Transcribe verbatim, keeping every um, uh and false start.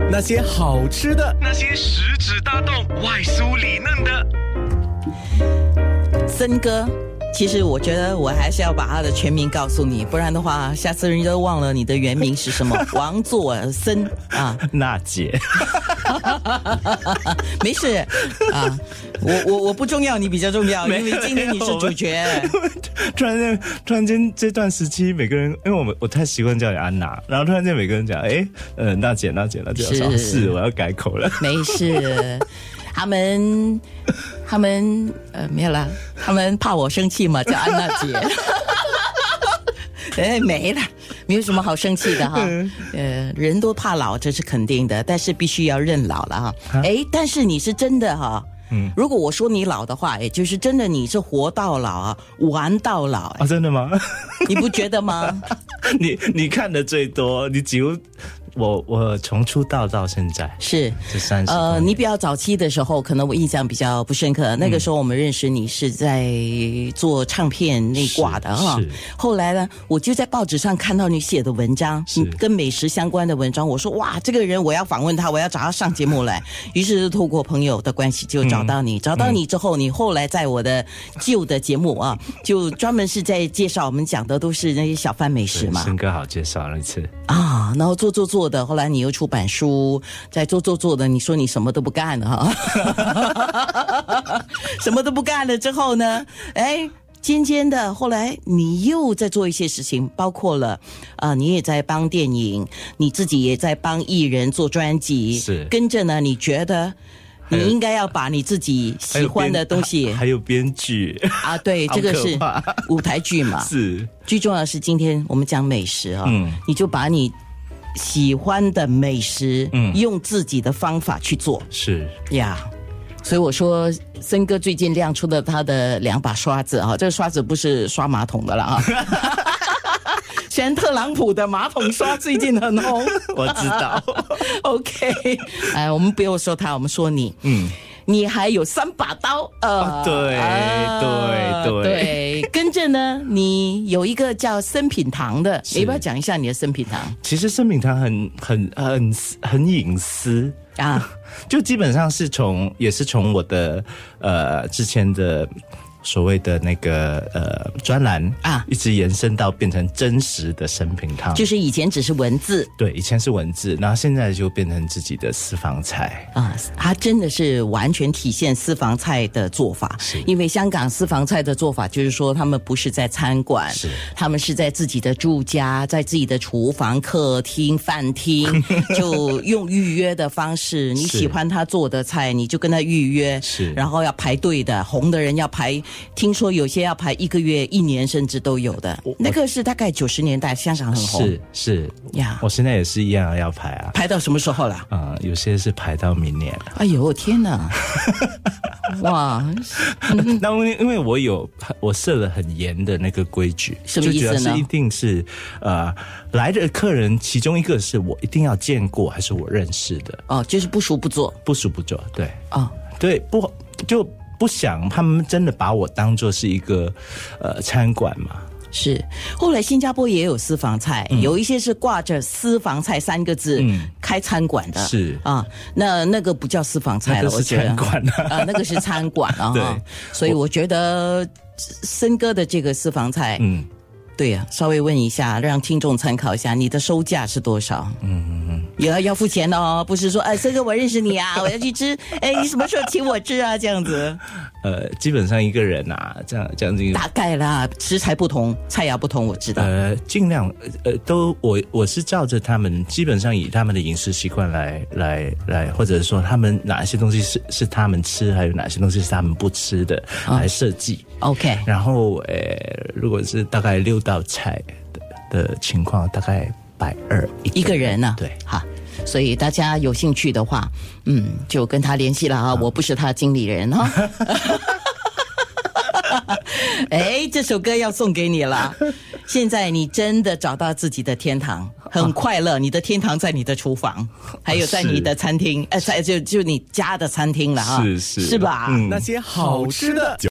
那些好吃的， 那些食指大动、外酥里嫩的。 森哥，其实我觉得我还是要把他的全名告诉你，不然的话，下次人家都忘了你的原名是什么。王作森啊， 娜姐， 没事啊，我我我不重要，你比较重要，因为今天你是主角。 突然间，突然间这段时期，每个人，因为我们我太习惯叫你安娜，然后突然间每个人讲，哎，呃，娜姐，娜姐，娜姐， 是我是，我要改口了。 没事。他们，他们呃没有啦，他们怕我生气嘛，叫安娜姐。哎，没了，没有什么好生气的哈。呃，人都怕老，这是肯定的，但是必须要认老了哈。哎，但是你是真的哈。嗯，如果我说你老的话，也就是真的你是活到老啊，玩到老啊，真的吗？ 你不觉得吗？ 你你看的最多，你几乎。我我从出道到现在是这三十呃，你比较早期的时候，可能我印象比较不深刻。那个时候我们认识你是在做唱片那挂的哈。后来呢，我就在报纸上看到你写的文章，跟美食相关的文章。我说哇，这个人我要访问他，我要找他上节目来。于是透过朋友的关系就找到你，嗯、找到你之后，你后来在我的旧的节目啊，就专门是在介绍我们讲的都是那些小贩美食嘛。 森哥好介绍那次啊，然后做做做。的，后来你又出版书，在做做做的，你说你什么都不干了哈，什么都不干了之后呢，哎，渐渐的，后来你又在做一些事情，包括了，呃，你也在帮电影，你自己也在帮艺人做专辑， 是跟着呢，你觉得？你应该要把你自己喜欢的东西， 还有编剧啊，对，这个是舞台剧嘛， 是最重要的是今天我们讲美食啊、哦，嗯，你就把你喜欢的美食，嗯，用自己的方法去做， 是呀。所以我说，森哥最近亮出的他的两把刷子啊，这个刷子不是刷马桶的了啊。虽然特朗普的马桶刷最近很红， 我知道。 OK， 哎，我们不用说他，我们说你，嗯。你还有三把刀，呃， 哦、对、呃、对对对，跟着呢，你有一个叫森品堂的，你要不要讲一下你的森品堂？ 其实森品堂很很很很隐私啊，就基本上是从也是从我的呃之前的。所谓的那个呃专栏啊，一直延伸到变成真实的生品汤， 就是以前只是文字， 对，以前是文字，然后现在就变成自己的私房菜啊，它真的是完全体现私房菜的做法，因为香港私房菜的做法就是说，他们不是在餐馆，是他们是在自己的住家，在自己的厨房、客厅、饭厅，就用预约的方式，你喜欢他做的菜，你就跟他预约，是，然后要排队的，红的人要排。听说有些要排一个月、一年，甚至都有的。那个是大概九十年代香港很红， 是是呀。我现在也是一样要排啊， 排到什么时候了？ 啊、呃，有些是排到明年。 哎呦天哪！哇， 嗯、那因为我有我设了很严的那个规矩， 什么意思呢？ 就主要是一定是呃来的客人，其中一个是我一定要见过，还是我认识的？ 哦，就是不熟不做， 不熟不做，对， 哦， 对，不就。不想他们真的把我当作是一个呃餐馆嘛？ 是，后来新加坡也有私房菜，嗯、有一些是挂着私房菜三个字、嗯、开餐馆的， 是啊，那那个不叫私房菜了， 我觉得，那个是餐馆啊， 啊那个是餐馆啊， 对， 所以我觉得森哥的这个私房菜，嗯。对呀、啊，稍微问一下，让听众参考一下，你的收价是多少？嗯嗯嗯，也要要付钱哦，不是说哎，森哥我认识你啊，我要去吃，哎，你什么时候请我吃啊？这样子。 呃，基本上一个人啊，这样这样子。 大概啦，食材不同，菜肴不同，我知道。 呃，尽量呃都我我是照着他们，基本上以他们的饮食习惯来来来，或者说他们哪些东西是是他们吃，还有哪些东西是他们不吃的、哦、来设计。 OK， 然后呃，如果是大概六道菜的的情况，大概百二一个人呢、啊。 对， 好，所以大家有兴趣的话，嗯，就跟他联系了啊，我不是他经理人哈。哎，这首歌要送给你了。现在你真的找到自己的天堂，很快乐。你的天堂在你的厨房，还有在你的餐厅，呃，在就就你家的餐厅了啊， 是是是吧？ 嗯、那些好吃的。